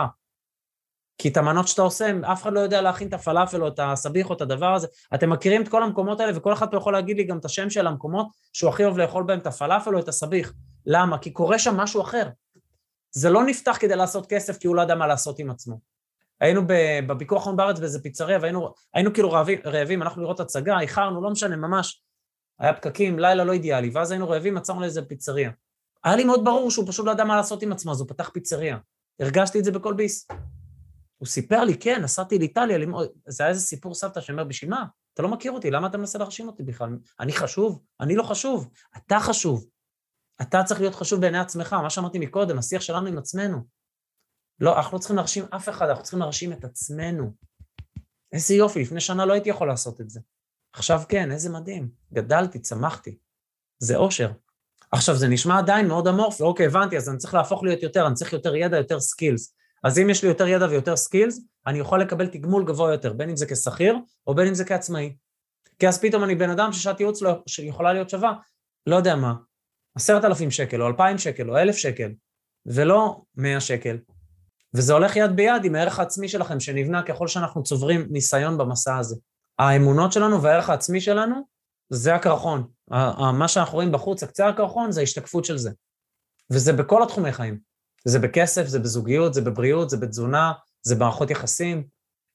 כי את המנות שאתה עושה, אף אחד לא יודע להכין את הפלאפל או את הסביח או את הדבר הזה. אתם מכירים את כל המקומות האלה, וכל אחד פה יכול להגיד לי גם את השם של המקומות, שהוא הכי אוהב לאכול בהם את הפלאפל או את הסביח. למה? כי קורה שם משהו אחר. זה לא נפתח כדי לעשות כסף, כי הוא לא יודע מה לעשות עם עצמו. היינו בביקור האחרון בארץ באיזה פיצריה, והיינו היינו כאילו רעבים, רעבים, אנחנו לראות הצגה, איחרנו, לא משנה, ממש. היה פקקים, לילה לא אידיאלי, ואז היינו רעבים, מצאנו לאיזה פיצריה. היה לי מאוד ברור שהוא פשוט לא יודע מה לעשות עם עצמו, אז הוא פתח פיצריה. הרגשתי את זה בכל ביס. הוא סיפר לי, כן, נסעתי לאיטליה, זה היה איזה סיפור סבתא שאומר, בשביל מה? אתה לא מכיר אותי, למה אתה מנסה להרשים אותי בכלל? אני חשוב? אני לא חשוב. אתה חשוב. אתה צריך להיות חשוב בעיני עצמך, מה שאמרתי מקודם, השיח שלנו עם עצמנו. לא, אנחנו לא צריכים להרשים אף אחד, אנחנו צריכים להרשים את עצמנו. איזה יופי, לפני שנה לא הייתי יכול לעשות את זה. עכשיו כן, איזה מדהים. גדלתי, צמחתי. זה אושר. עכשיו, זה נשמע עדיין מאוד אמורפי, אוקיי, הבנתי, אז אני צריך להפוך להיות יותר, אני צריך יותר ידע, יותר סקילס. אז אם יש לי יותר ידע ויותר סקילס, אני יכול לקבל תגמול גבוה יותר, בין אם זה כשכיר, או בין אם זה כעצמאי. כי אז פתאום אני בן אדם ששעת ייעוץ לו, שיכולה להיות שווה, לא יודע מה, עשרת אלפים שקל, או אלפיים שקל, או אלף שקל, ולא מאה שקל. וזה הולך יד ביד עם הערך העצמי שלכם, שנבנה ככל שאנחנו צוברים ניסיון במסע הזה. האמונות שלנו והערך העצמי שלנו, זה הקרחון. מה שאנחנו רואים בחוץ, הקצה הקרחון, זה ההשתקפות של זה. וזה בכל התחומי חיים. זה בכסף, זה בזוגיות, זה בבריאות, זה בתזונה, זה במערכות יחסים.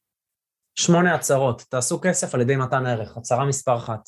שמונה הצהרות. תעשו כסף על ידי מתן ערך. הצהרה מספר אחת.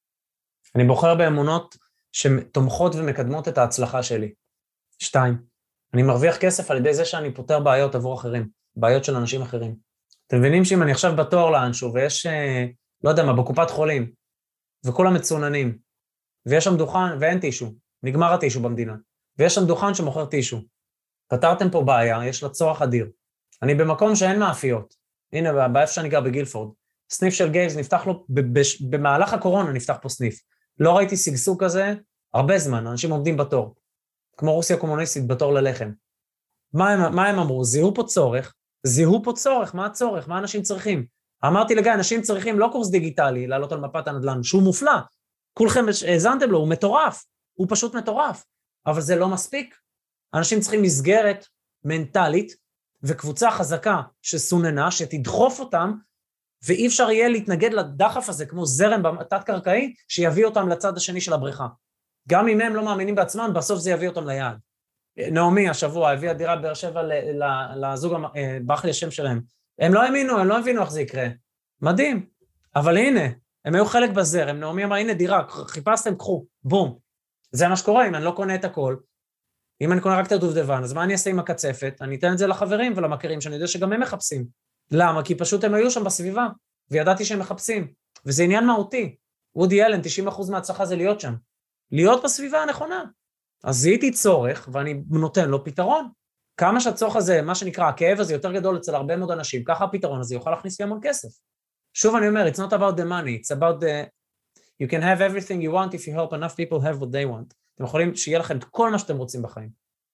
אני בוחר באמונות שתומכות ומקדמות את ההצלחה שלי. שתיים. אני מרוויח כסף על ידי זה שאני פותר בעיות עבור אחרים, בעיות של אנשים אחרים. אתם מבינים שאם אני עכשיו בתור לאנשהו, ויש, לא יודע מה, בקופת חולים, וכולם מצוננים, ויש שם דוכן, ואין טישו, נגמר הטישו במדינה, ויש שם דוכן שמוכר טישו. פתרתם פה בעיה, יש לה צורך אדיר. אני במקום שאין מאפיות. הנה, באיפה שאני גר בגילפורד. סניף של גייבס נפתח לו, במהלך הקורונה נפתח פה סניף. לא ראיתי סגסוג כזה הרבה זמן, אנשים עומדים בתור. כמו רוסיה קומוניסטית בתור ללחם. מה הם, מה הם אמרו? זיהו פה צורך, זיהו פה צורך, מה הצורך? מה אנשים צריכים? אמרתי לגיא, אנשים צריכים לא קורס דיגיטלי, לעלות על מפת הנדל"ן, שהוא מופלא, כולכם האזנתם לו, הוא מטורף, הוא פשוט מטורף, אבל זה לא מספיק. אנשים צריכים מסגרת מנטלית, וקבוצה חזקה שסוננה, שתדחוף אותם, ואי אפשר יהיה להתנגד לדחף הזה, כמו זרם בתת-קרקעי, שיביא אותם לצד השני של הבריכה. גם אם הם לא מאמינים בעצמם, בסוף זה יביא אותם ליעד. נעמי השבוע הביאה דירה באר שבע לזוג, ברח לי השם שלהם. הם לא האמינו, הם לא הבינו איך זה יקרה. מדהים. אבל הנה, הם היו חלק בזרם, נעמי אמרה, הנה דירה, חיפשתם, קחו, בום. זה מה שקורה, אם אני לא קונה את הכל, אם אני קונה רק את הדובדבן, אז מה אני אעשה עם הקצפת? אני אתן את זה לחברים ולמכירים, שאני יודע שגם הם מחפשים. למה? כי פשוט הם היו שם בסביבה, וידעתי שהם מחפשים. וזה עניין מהותי. וודי אלן, תשעים אחוז מההצלחה זה להיות שם. להיות בסביבה הנכונה. אז זיהיתי צורך, ואני נותן לו פתרון. כמה שהצורך הזה, מה שנקרא, הכאב הזה יותר גדול אצל הרבה מאוד אנשים, ככה הפתרון הזה יוכל להכניס לי המון כסף. שוב אני אומר, it's not about the money, it's about the... You can have everything you want if you help enough people have what they want. אתם יכולים שיהיה לכם את כל מה שאתם רוצים בחיים.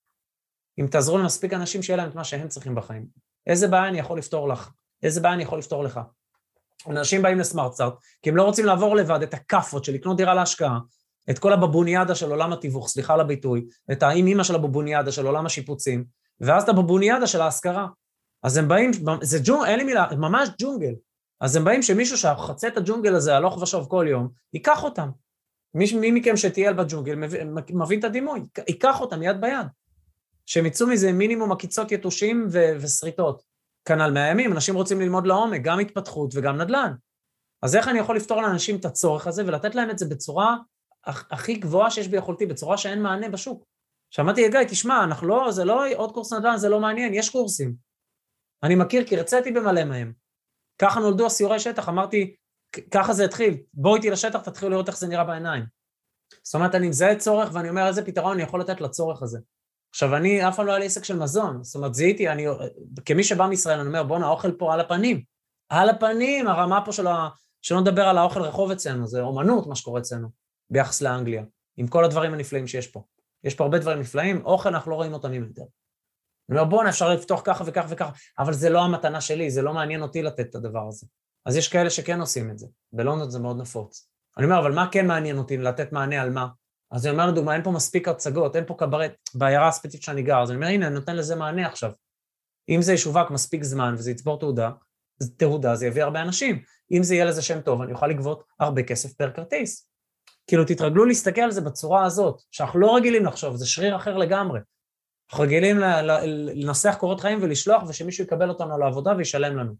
אם תעזרו למספיק אנשים שיהיה להם את מה שהם צריכים בחיים. איזה בעיה אני יכול לפתור לך? איזה בעיה אני יכול לפתור לך? אנשים באים לסמארט-סטארט, כי הם לא רוצים לעבור לבד את הכפות של לקנות דירה להשקעה, את כל הבבוניאדה של עולם התיווך, סליחה על הביטוי, את האמא של הבבוניאדה של עולם השיפוצים, ואז את הבבוניאדה של ההשכרה. אז הם באים, זה ג'ונגל, אין לי מילה, ממש ג'ונגל. אז הם באים שמישהו שחצה את הג'ונגל הזה, הלוך ושוב כל יום, ייקח אותם. מי, מי מכם שתהיה בג'ונגל, מבין, מבין את הדימוי, ייקח אותם יד ביד. שהם יצאו מזה מינימום עקיצות יתושים ו- וסריטות. כנ"ל מהימים, אנשים רוצים ללמוד לעומק, גם התפתחות וגם נדל"ן. אז איך אני יכול לפתור לאנשים את הצורך הזה, ולתת להם את זה בצורה הכי גבוהה שיש ביכולתי, בצורה שאין מענה בשוק. שמעתי, גיא, תשמע, אנחנו לא, זה לא עוד קורס נדל"ן, זה לא מעניין, יש קורסים. אני מכיר, כי רציתי במלא מהם. ככה נולדו הסיורי שטח, אמרתי, ככה זה התחיל, בואו איתי לשטח, תתחילו לראות איך זה נראה בעיניים. זאת אומרת, אני מזהה צורך, ואני אומר, איזה פתרון אני יכול לתת לצורך הזה. עכשיו, אני, אף פעם לא היה לי עסק של מזון, זאת אומרת, זיהיתי, אני, כמי שבא מישראל, אני אומר, בואו, האוכל פה על הפנים. על הפנים, הרמה פה של ה... שלא נדבר על האוכל רחוב אצלנו, זה אומנות מה שקורה אצלנו, ביחס לאנגליה, עם כל הדברים הנפלאים שיש פה. יש פה הרבה דברים נפלאים, אוכל אנחנו לא רואים אותם יותר. אני אומר, בואו, אפשר לפתוח ככה וככה וככה, אבל זה לא המתנה שלי, זה לא מעניין אותי לתת את הדבר הזה. אז יש כאלה שכן עושים את זה, בלונדון זה מאוד נפוץ. אני אומר, אבל מה כן מעניין אותי לדעת מענה על מה? אז אני אומר, לדוגמה, אין פה מספיק הצגות, אין פה קברט, בעיירה הספציפית שאני גר, אז אני אומר, הנה, אני נותן לזה מענה עכשיו. אם זה ישווק מספיק זמן וזה יצבור תעודה, תעודה, זה יביא הרבה אנשים. אם זה יהיה לזה שם טוב, אני אוכל לגבות הרבה כסף פר כרטיס. כאילו, תתרגלו להסתכל על זה בצורה הזאת, שאנחנו לא רגילים לחשוב, זה שריר אחר לגמרי. אנחנו רגילים לנסח קורות חיים ולשלוח, ושמישהו יקבל אותנו לעבודה וישלם לנו.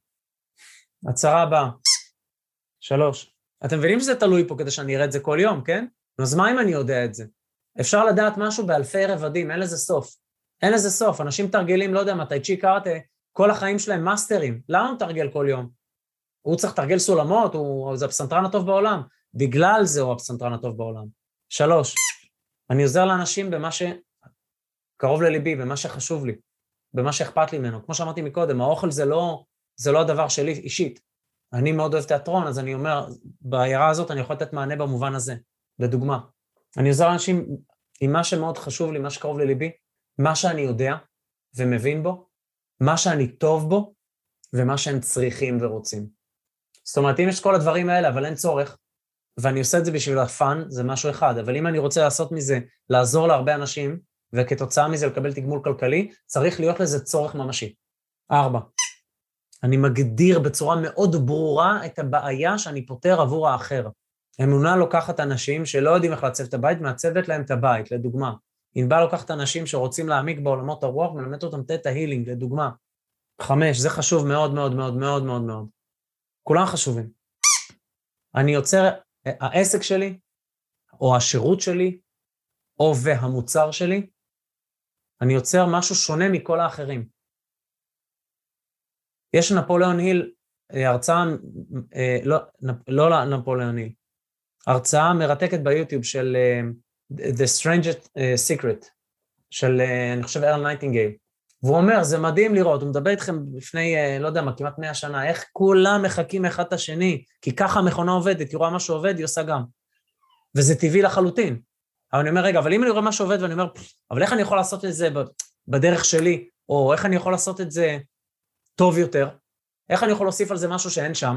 הצהרה הבאה. שלוש. אתם מבינים שזה תלוי פה כדי שאני אראה את זה כל יום, כן? אז מה אם אני יודע את זה? אפשר לדעת משהו באלפי רבדים, אין לזה סוף. אין לזה סוף. אנשים תרגלים, לא יודע מה, טאי צ'י קארטה, כל החיים שלהם מאסטרים. למה הוא תרגל כל יום? הוא צריך תרגל סולמות, הוא, זה הפסנתרן הטוב בעולם. בגלל זה הוא הפסנתרן הטוב בעולם. שלוש. אני עוזר לאנשים במה שקרוב לליבי, במה שחשוב לי, במה שאכפת לי ממנו. כמו שאמרתי מקודם, האוכל זה לא, זה לא הדבר שלי אישית. אני מאוד אוהב תיאטרון, אז אני אומר, בעיירה הזאת אני יכול לתת מענה במובן הזה. לדוגמה, אני עוזר לאנשים עם מה שמאוד חשוב לי, מה שקרוב לליבי, מה שאני יודע ומבין בו, מה שאני טוב בו, ומה שהם צריכים ורוצים. זאת אומרת, אם יש כל הדברים האלה, אבל אין צורך, ואני עושה את זה בשביל הפאן, זה משהו אחד, אבל אם אני רוצה לעשות מזה, לעזור להרבה אנשים, וכתוצאה מזה לקבל תגמול כלכלי, צריך להיות לזה צורך ממשי. ארבע. אני מגדיר בצורה מאוד ברורה את הבעיה שאני פותר עבור האחר. אמונה לוקחת אנשים שלא יודעים איך לעצב את הבית, מעצבת להם את הבית, לדוגמה. אם בא לוקחת אנשים שרוצים להעמיק בעולמות הרוח, מלמד אותם תת ההילינג, לדוגמה. חמש, זה חשוב מאוד מאוד מאוד מאוד מאוד מאוד. כולם חשובים. אני יוצר, העסק שלי, או השירות שלי, או והמוצר שלי, אני יוצר משהו שונה מכל האחרים. יש נפוליאון היל, הרצאה, לא, לא נפוליאון היל, הרצאה מרתקת ביוטיוב של uh, The Strangest uh, Secret, של, uh, אני חושב, ארל נייטינגייל. והוא אומר, זה מדהים לראות, הוא מדבר איתכם לפני, uh, לא יודע מה, כמעט מאה שנה, איך כולם מחכים אחד את השני, כי ככה המכונה עובדת, היא רואה מה שעובד, היא עושה גם. וזה טבעי לחלוטין. אבל אני אומר, רגע, אבל אם אני רואה מה שעובד, ואני אומר, אבל איך אני יכול לעשות את זה בדרך שלי, או איך אני יכול לעשות את זה טוב יותר? איך אני יכול להוסיף על זה משהו שאין שם?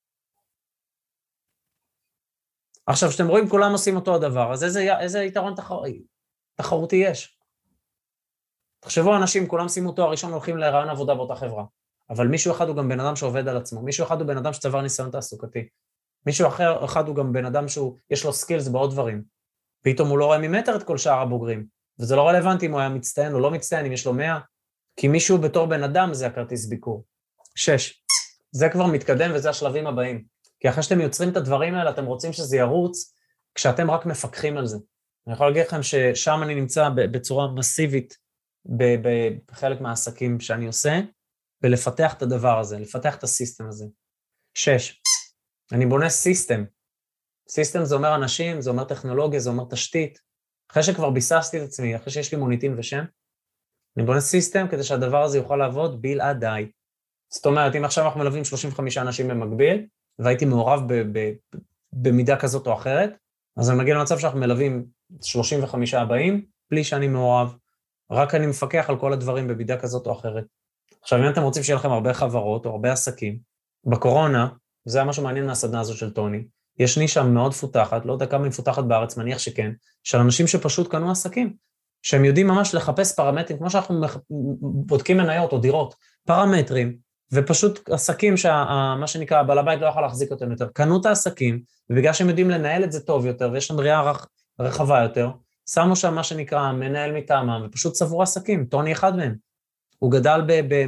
עכשיו, שאתם רואים, כולם עושים אותו הדבר, אז איזה, איזה יתרון תחר... תחרותי יש? תחשבו, אנשים, כולם שימו תואר ראשון, הולכים לרעיון עבודה באותה חברה, אבל מישהו אחד הוא גם בן אדם שעובד על עצמו, מישהו אחד הוא בן אדם שצבר ניסיון תעסוקתי, מישהו אחר אחד הוא גם בן אדם שיש לו סקילס בעוד דברים, פתאום הוא לא רואה ממטר את כל שאר הבוגרים, וזה לא רלוונטי אם הוא היה מצטיין או לא מצטיין, אם יש לו מאה, כי מישהו בתור בן אדם זה הכרטיס ביקור. שש, זה כבר מתקדם וזה השלבים הבאים. כי אחרי שאתם יוצרים את הדברים האלה, אתם רוצים שזה ירוץ, כשאתם רק מפקחים על זה. אני יכול להגיד לכם ששם אני נמצא בצורה מסיבית, בחלק מהעסקים שאני עושה, ולפתח את הדבר הזה, לפתח את הסיסטם הזה. שש, אני בונה סיסטם. סיסטם זה אומר אנשים, זה אומר טכנולוגיה, זה אומר תשתית. אחרי שכבר ביססתי את עצמי, אחרי שיש לי מוניטין ושם, אני בונה סיסטם כדי שהדבר הזה יוכל לעבוד בלעדיי. זאת אומרת, אם עכשיו אנחנו מלווים שלושים וחמישה אנשים במקביל, והייתי מעורב ב- ב- במידה כזאת או אחרת, אז אני מגיע למצב שאנחנו מלווים שלושים וחמישה הבאים, בלי שאני מעורב, רק אני מפקח על כל הדברים במידה כזאת או אחרת. עכשיו, אם אתם רוצים שיהיה לכם הרבה חברות או הרבה עסקים, בקורונה, זה היה משהו מעניין מהסדנה הזאת של טוני, יש נישה מאוד פותחת, לא יודע כמה היא מפותחת בארץ, מניח שכן, של אנשים שפשוט קנו עסקים, שהם יודעים ממש לחפש פרמטרים, כמו שאנחנו בודקים מניות או דירות, פרמטרים, ופשוט עסקים שמה שנקרא, בעל הבית לא יכול להחזיק אותם יותר, קנו את העסקים, ובגלל שהם יודעים לנהל את זה טוב יותר, ויש שם ראייה רחבה יותר, שמו שם מה שנקרא מנהל מטעמם, ופשוט צברו עסקים, טוני אחד מהם. הוא גדל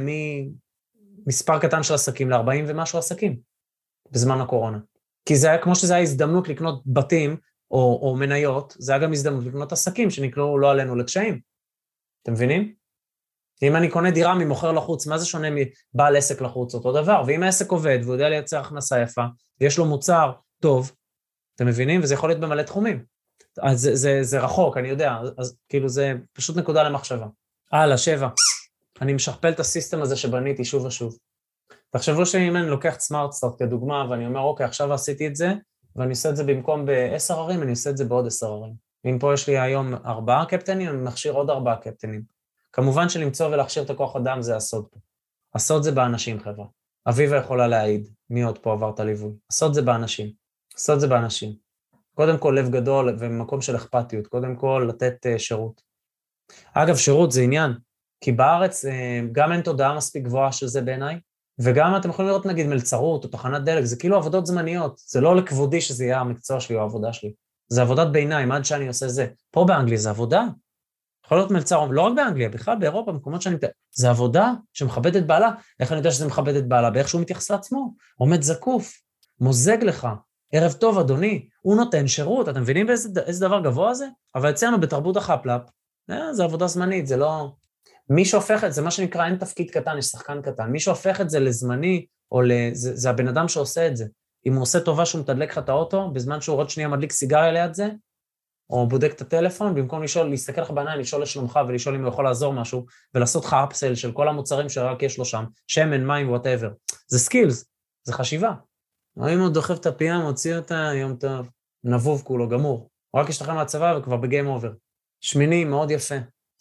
במספר קטן של עסקים, ל-ארבעים ומשהו עסקים, בזמן הקורונה. כי זה היה, כמו שזה היה הזדמנות לקנות בתים, או, או מניות, זה היה גם הזדמנות לקנות עסקים, שנקראו לא עלינו לקשיים. אתם מבינים? אם אני קונה דירה ממוכר לחוץ, מה זה שונה מבעל עסק לחוץ? אותו דבר. ואם העסק עובד, והוא יודע לייצר הכנסה יפה, ויש לו מוצר טוב, אתם מבינים? וזה יכול להיות במלא תחומים. אז זה, זה, זה רחוק, אני יודע, אז כאילו זה פשוט נקודה למחשבה. הלאה, שבע. אני משכפל את הסיסטם הזה שבניתי שוב ושוב. תחשבו שאם אני לוקח את סמארטסטארט כדוגמה, ואני אומר, אוקיי, עכשיו עשיתי את זה, ואני עושה את זה במקום בעשר ערים, אני עושה את זה בעוד עשר ערים. אם פה יש לי היום ארבעה קפטנים, אני מכשיר עוד ארבעה קפטנים. כמובן שלמצוא ולהכשיר את הכוח אדם זה הסוד פה. הסוד זה באנשים, חבר'ה. אביבה יכולה להעיד, מי עוד פה עבר את הליווי. הסוד זה באנשים. הסוד זה באנשים. קודם כל לב גדול ומקום של אכפתיות. קודם כל לתת uh, שירות. אגב, שירות זה עניין, כי בארץ uh, גם אין תודעה מספיק גבוהה של זה בעיניי, וגם אתם יכולים לראות נגיד מלצרות או תחנת דלק, זה כאילו עבודות זמניות. זה לא לכבודי שזה יהיה המקצוע שלי או העבודה שלי. זה עבודת ביניים, עד שאני עושה זה. פה באנגליה זה עבודה. יכול להיות מלצר, לא רק באנגליה, בכלל באירופה, במקומות שאני... זה עבודה שמכבדת בעלה. איך אני יודע שזה מכבדת בעלה? באיך שהוא מתייחס לעצמו. עומד זקוף, מוזג לך. ערב טוב, אדוני. הוא נותן שירות. אתם מבינים באיזה, איזה דבר גבוה זה? אבל אצלנו בתרבות החפלאפ, אה, זה עבודה זמנית, זה לא... מי שהופך את זה, מה שנקרא, אין תפקיד קטן, יש שחקן קטן. מי שהופך את זה לזמני, או לזה, זה הבן אדם שעושה את זה. אם הוא עושה טובה שהוא מתדלק לך את האוטו, בזמן שהוא עוד שנייה מדליק סיגריה ליד זה, או בודק את הטלפון, במקום לשאול, להסתכל לך בעיניים, לשאול לשלומך ולשאול אם הוא יכול לעזור משהו, ולעשות לך אפסל של כל המוצרים שרק יש לו שם, שמן, מים, whatever. זה סקילס, זה חשיבה. או אם הוא דוחף את הפייה, מוציא אותה, יום טוב, נבוב כולו, גמור. הוא רק ישתחרר מהצבא וכבר בגיים אובר. שמיני, מאוד יפה.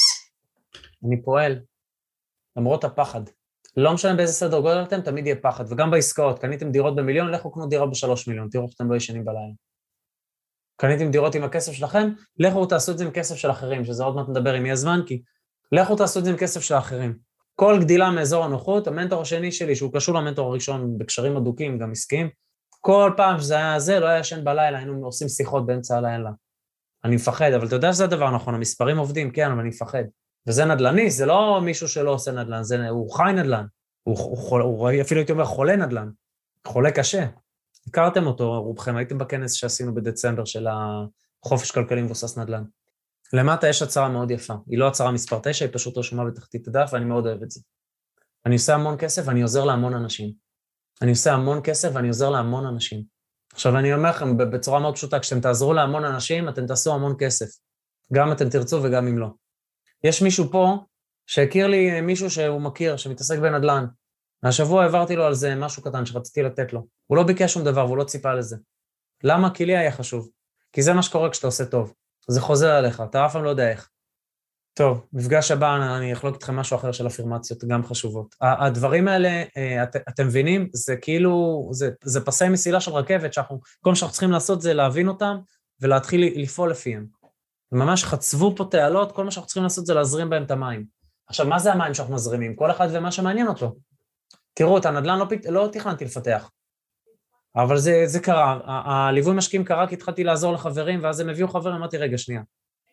אני פועל, למרות הפחד. לא משנה באיזה סדר גודל אתם, תמיד יהיה פחד. וגם בעסקאות, קניתם דירות במיליון, לכו קנו דירה בשלוש מיליון, תראו שאתם לא ישנים בלילה. קניתם דירות עם הכסף שלכם, לכו תעשו את זה עם כסף של אחרים, שזה עוד מעט נדבר אם יהיה זמן, כי לכו תעשו את זה עם כסף של האחרים. כל גדילה מאזור הנוחות, המנטור השני שלי, שהוא קשור למנטור הראשון בקשרים הדוקים, גם עסקיים, כל פעם שזה היה זה, לא היה ישן בלילה, היינו עושים שיחות באמצע הלילה. אני מפחד, אבל אתה יודע שזה הדבר נכון, המספרים עובדים, כן, אבל אני מפחד. וזה נדל"ני, זה לא מישהו שלא עושה נדל"ן, זה, הוא חי נדל"ן, הוא, הוא, הוא, הוא אפילו הייתי אומר חולה נדל"ן, חולה קשה. הכרתם אותו, רובכם, הייתם בכנס שעשינו בדצמבר של החופש כלכלי מבוסס נדל"ן. למטה יש הצהרה מאוד יפה, היא לא הצהרה מספר תשע, היא פשוט רשומה בתחתית הדף, ואני מאוד אוהב את זה. אני עושה המון כסף ואני עוזר להמון אנשים. אני עושה המון כסף ואני עוזר להמון אנשים. עכשיו אני אומר לכם בצורה מאוד פשוטה, כשאתם תעזרו להמון אנשים, אתם תעשו המון כסף. גם אתם תרצו וגם אם לא. יש מישהו פה שהכיר לי מישהו שהוא מכיר, שמתעסק בנדל"ן. השבוע העברתי לו על זה משהו קטן שרציתי לתת לו. הוא לא ביקש שום דבר והוא לא ציפה לזה. למה? כי לי היה חשוב. כי זה מה שקורה כשאתה עושה טוב. זה חוזר עליך, אתה אף פעם לא יודע איך. טוב, מפגש הבא, אני אחלוק איתכם משהו אחר של אפירמציות, גם חשובות. הדברים האלה, את, אתם מבינים, זה כאילו, זה, זה פסי מסילה של רכבת, שאנחנו, כל מה שאנחנו צריכים לעשות זה להבין אותם, ולהתחיל לפעול לפיהם. ממש חצבו פה תעלות, כל מה שאנחנו צריכים לעשות זה להזרים בהם את המים. עכשיו, מה זה המים שאנחנו מזרימים? כל אחד ומה שמעניין אותו. תראו, את הנדל"ן לא, לא תכננתי לפתח, אבל זה, זה קרה. הליווי משקיעים קרה, כי התחלתי לעזור לחברים, ואז הם הביאו חברים, אמרתי, רגע, שנייה.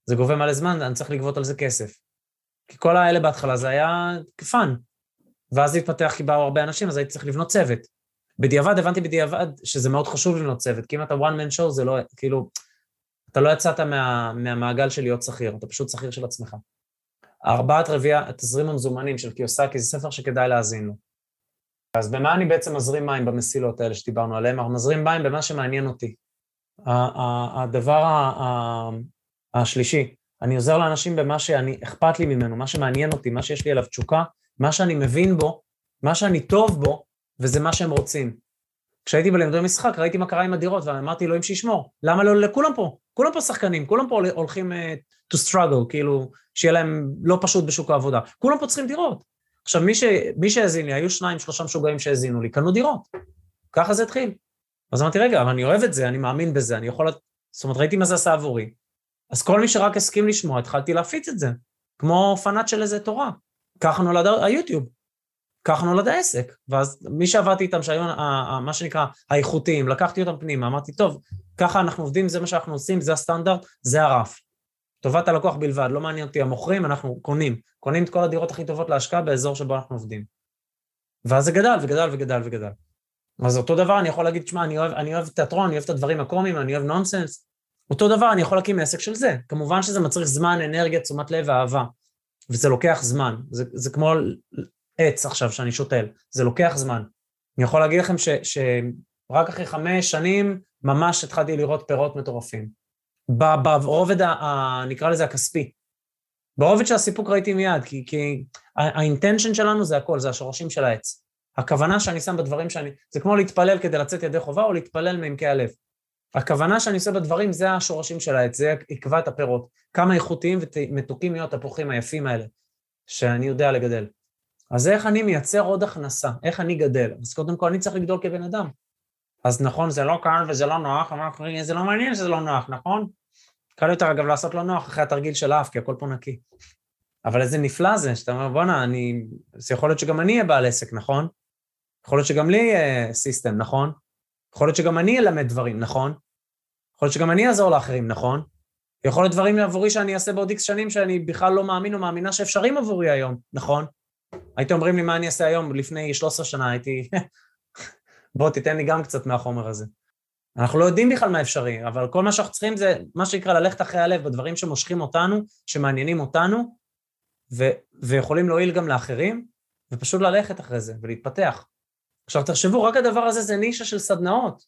זה גובה מלא זמן, אני צריך לגבות על זה כסף. כי כל האלה בהתחלה זה היה כפן. ואז התפתח כי באו הרבה אנשים, אז הייתי צריך לבנות צוות. בדיעבד, הבנתי בדיעבד שזה מאוד חשוב לבנות צוות, כי אם אתה one man show, זה לא, כאילו, אתה לא יצאת מה, מהמעגל של להיות שכיר, אתה פשוט שכיר של עצמך. ארבעת רביע, תזרים המזומנים של קיוסקי, זה ספר שכדאי להאזין לו. אז במה אני בעצם מזרים מים במסילות האלה שדיברנו עליהם? אנחנו מזרים מים במה שמעניין אותי. הדבר השלישי, אני עוזר לאנשים במה שאני אכפת לי ממנו, מה שמעניין אותי, מה שיש לי עליו תשוקה, מה שאני מבין בו, מה שאני טוב בו, וזה מה שהם רוצים. כשהייתי בלימודי משחק, ראיתי מה קרה עם הדירות, ואמרתי אלוהים שישמור. למה לא לכולם פה? כולם פה שחקנים, כולם פה הולכים uh, to struggle, כאילו, שיהיה להם לא פשוט בשוק העבודה. כולם פה צריכים דירות. עכשיו, מי, ש, מי שהזין לי, היו שניים, שלושה משוגעים שהזינו לי, קנו דירות. ככה זה התחיל. אז אמרתי, רגע, אבל אני אוהב את זה, אני מאמין בזה, אני יכול... זאת אומרת, ראיתי מה זה עשה עבורי. אז כל מי שרק הסכים לשמוע, התחלתי להפיץ את זה, כמו פנאט של איזה תורה. ככה נולד היוטיוב. ככה נולד העסק. ואז מי שעבדתי איתם, שהיו מה שנקרא האיכותיים, לקחתי אותם פנימה, אמרתי, טוב, ככה אנחנו עובדים, זה מה שאנחנו עושים, זה הסטנדרט, זה הרף. טובת הלקוח בלבד, לא מעניין אותי המוכרים, אנחנו קונים, קונים את כל הדירות הכי טובות להשקעה באזור שבו אנחנו עובדים. ואז זה גדל וגדל וגדל וגדל. אז אותו דבר אני יכול להגיד, תשמע, אני אוהב, אני אוהב תיאטרון, אני אוהב את הדברים הקומיים, אני אוהב נונסנס. אותו דבר אני יכול להקים עסק של זה. כמובן שזה מצריך זמן, אנרגיה, תשומת לב ואהבה. וזה לוקח זמן. זה, זה כמו עץ עכשיו שאני שותל. זה לוקח זמן. אני יכול להגיד לכם ש, שרק אחרי חמש שנים ממש התחלתי לראות פירות מטורפים. ברובד, ה, נקרא לזה הכספי. ברובד של הסיפוק ראיתי מיד, כי, כי האינטנשן שלנו זה הכל, זה השורשים של העץ. הכוונה שאני שם בדברים שאני, זה כמו להתפלל כדי לצאת ידי חובה, או להתפלל מעמקי הלב. הכוונה שאני עושה בדברים, זה השורשים של העץ, זה יקבע את הפירות. כמה איכותיים ומתוקים להיות הפוחים היפים האלה, שאני יודע לגדל. אז איך אני מייצר עוד הכנסה? איך אני גדל? אז קודם כל אני צריך לגדול כבן אדם. אז נכון, זה לא קל וזה לא נוח, אבל זה לא מעניין שזה לא נוח, נכון? קל יותר אגב לעשות לא נוח אחרי התרגיל של האף, כי הכל פה נקי. אבל איזה נפלא זה, שאתה אומר, בוא'נה, אני... זה יכול להיות שגם אני אהיה בעל עסק, נכון? יכול להיות שגם לי יהיה סיסטם, נכון? יכול להיות שגם אני אלמד דברים, נכון? יכול להיות שגם אני אעזור לאחרים, נכון? יכול להיות דברים עבורי שאני אעשה בעוד איקס שנים שאני בכלל לא מאמין או מאמינה שאפשרים עבורי היום, נכון? הייתם אומרים לי מה אני אעשה היום, לפני שלוש עשרה שנה הייתי... בוא, תיתן לי גם קצת מהחומר הזה. אנחנו לא יודעים בכלל מה אפשרי, אבל כל מה שאנחנו צריכים זה מה שיקרא ללכת אחרי הלב, בדברים שמושכים אותנו, שמעניינים אותנו, ו- ויכולים להועיל גם לאחרים, ופשוט ללכת אחרי זה ולהתפתח. עכשיו תחשבו, רק הדבר הזה זה נישה של סדנאות,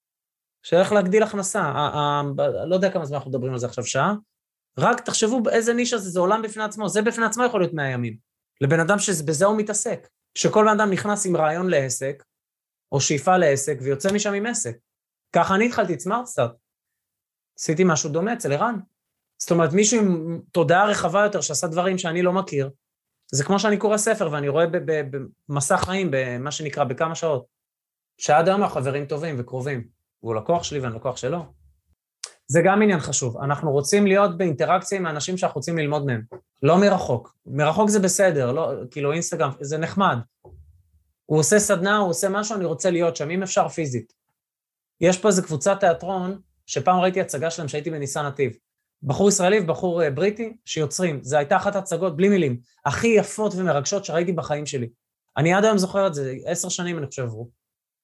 שאיך להגדיל הכנסה, ה- ה- ה- לא יודע כמה זמן אנחנו מדברים על זה עכשיו שעה, רק תחשבו באיזה נישה זה, זה עולם בפני עצמו, זה בפני עצמו יכול להיות מאה ימים, לבן אדם שבזה הוא מתעסק, שכל בן אדם נכנס עם רעיון לעסק, או שאיפה לעסק, ויוצא משם עם עסק. ככה אני התחלתי את סמארט-סטארט. עשיתי משהו דומה אצל ערן. זאת אומרת, מישהו עם תודעה רחבה יותר שעשה דברים שאני לא מכיר, זה כמו שאני קורא ספר ואני רואה במסע חיים, במה שנקרא, בכמה שעות, שעד היום החברים טובים וקרובים, והוא לקוח שלי ואני לקוח שלו. זה גם עניין חשוב. אנחנו רוצים להיות באינטראקציה עם האנשים שאנחנו רוצים ללמוד מהם. לא מרחוק. מרחוק זה בסדר, לא, כאילו אינסטגרם, זה נחמד. הוא עושה סדנה, הוא עושה משהו, אני רוצה להיות שם, אם אפשר פיזית. יש פה איזו קבוצת תיאטרון, שפעם ראיתי הצגה שלהם שהייתי בניסן נתיב. בחור ישראלי ובחור בריטי שיוצרים. זה הייתה אחת הצגות, בלי מילים, הכי יפות ומרגשות שראיתי בחיים שלי. אני עד היום זוכר את זה, עשר שנים אני חושב עברו.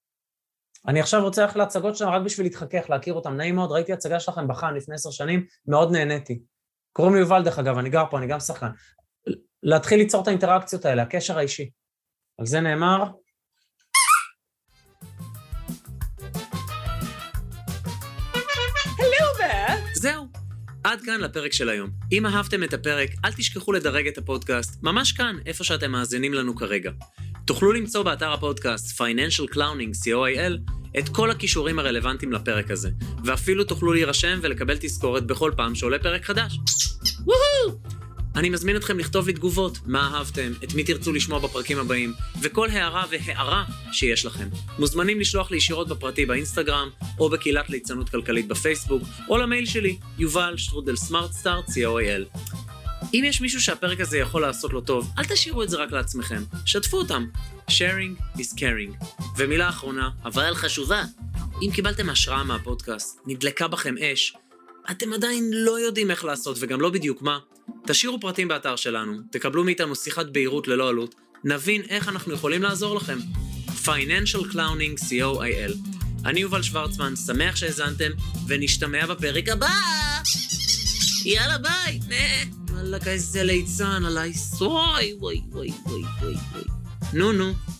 אני עכשיו רוצה ללכת להצגות שלהם רק בשביל להתחכך, להכיר אותם. נעים מאוד, ראיתי הצגה שלכם בחן לפני עשר שנים, מאוד נהניתי. קוראים לי יובל דרך אגב, אני גר פה, אני גם שחקן. להתחיל ליצור את האינטראקציות האלה, הקשר האישי. על זה נאמר, זהו, עד כאן לפרק של היום. אם אהבתם את הפרק, אל תשכחו לדרג את הפודקאסט, ממש כאן, איפה שאתם מאזינים לנו כרגע. תוכלו למצוא באתר הפודקאסט Financial Clowning, סי או איי אל, את כל הכישורים הרלוונטיים לפרק הזה, ואפילו תוכלו להירשם ולקבל תזכורת בכל פעם שעולה פרק חדש. וואו! אני מזמין אתכם לכתוב לי תגובות, מה אהבתם, את מי תרצו לשמוע בפרקים הבאים, וכל הערה והערה שיש לכם. מוזמנים לשלוח לי ישירות בפרטי באינסטגרם, או בקהילת ליצנות כלכלית בפייסבוק, או למייל שלי, יובל שטרודל סמארט-סטארט, סי או איי אל. אם יש מישהו שהפרק הזה יכול לעשות לו טוב, אל תשאירו את זה רק לעצמכם, שתפו אותם. Sharing is caring. ומילה אחרונה, אבל חשובה, אם קיבלתם השראה מהפודקאסט, נדלקה בכם אש, אתם עדיין לא יודעים איך לעשות וגם לא בדיוק מה, תשאירו פרטים באתר שלנו, תקבלו מאיתנו שיחת בהירות ללא עלות, נבין איך אנחנו יכולים לעזור לכם. Financial Clowning סי או איי אל. אני יובל שוורצמן, שמח שהזנתם, ונשתמע בפרק הבא! יאללה ביי! וואלק איזה ליצן עליי, סוי, ווי ווי ווי ווי ווי. נו נו.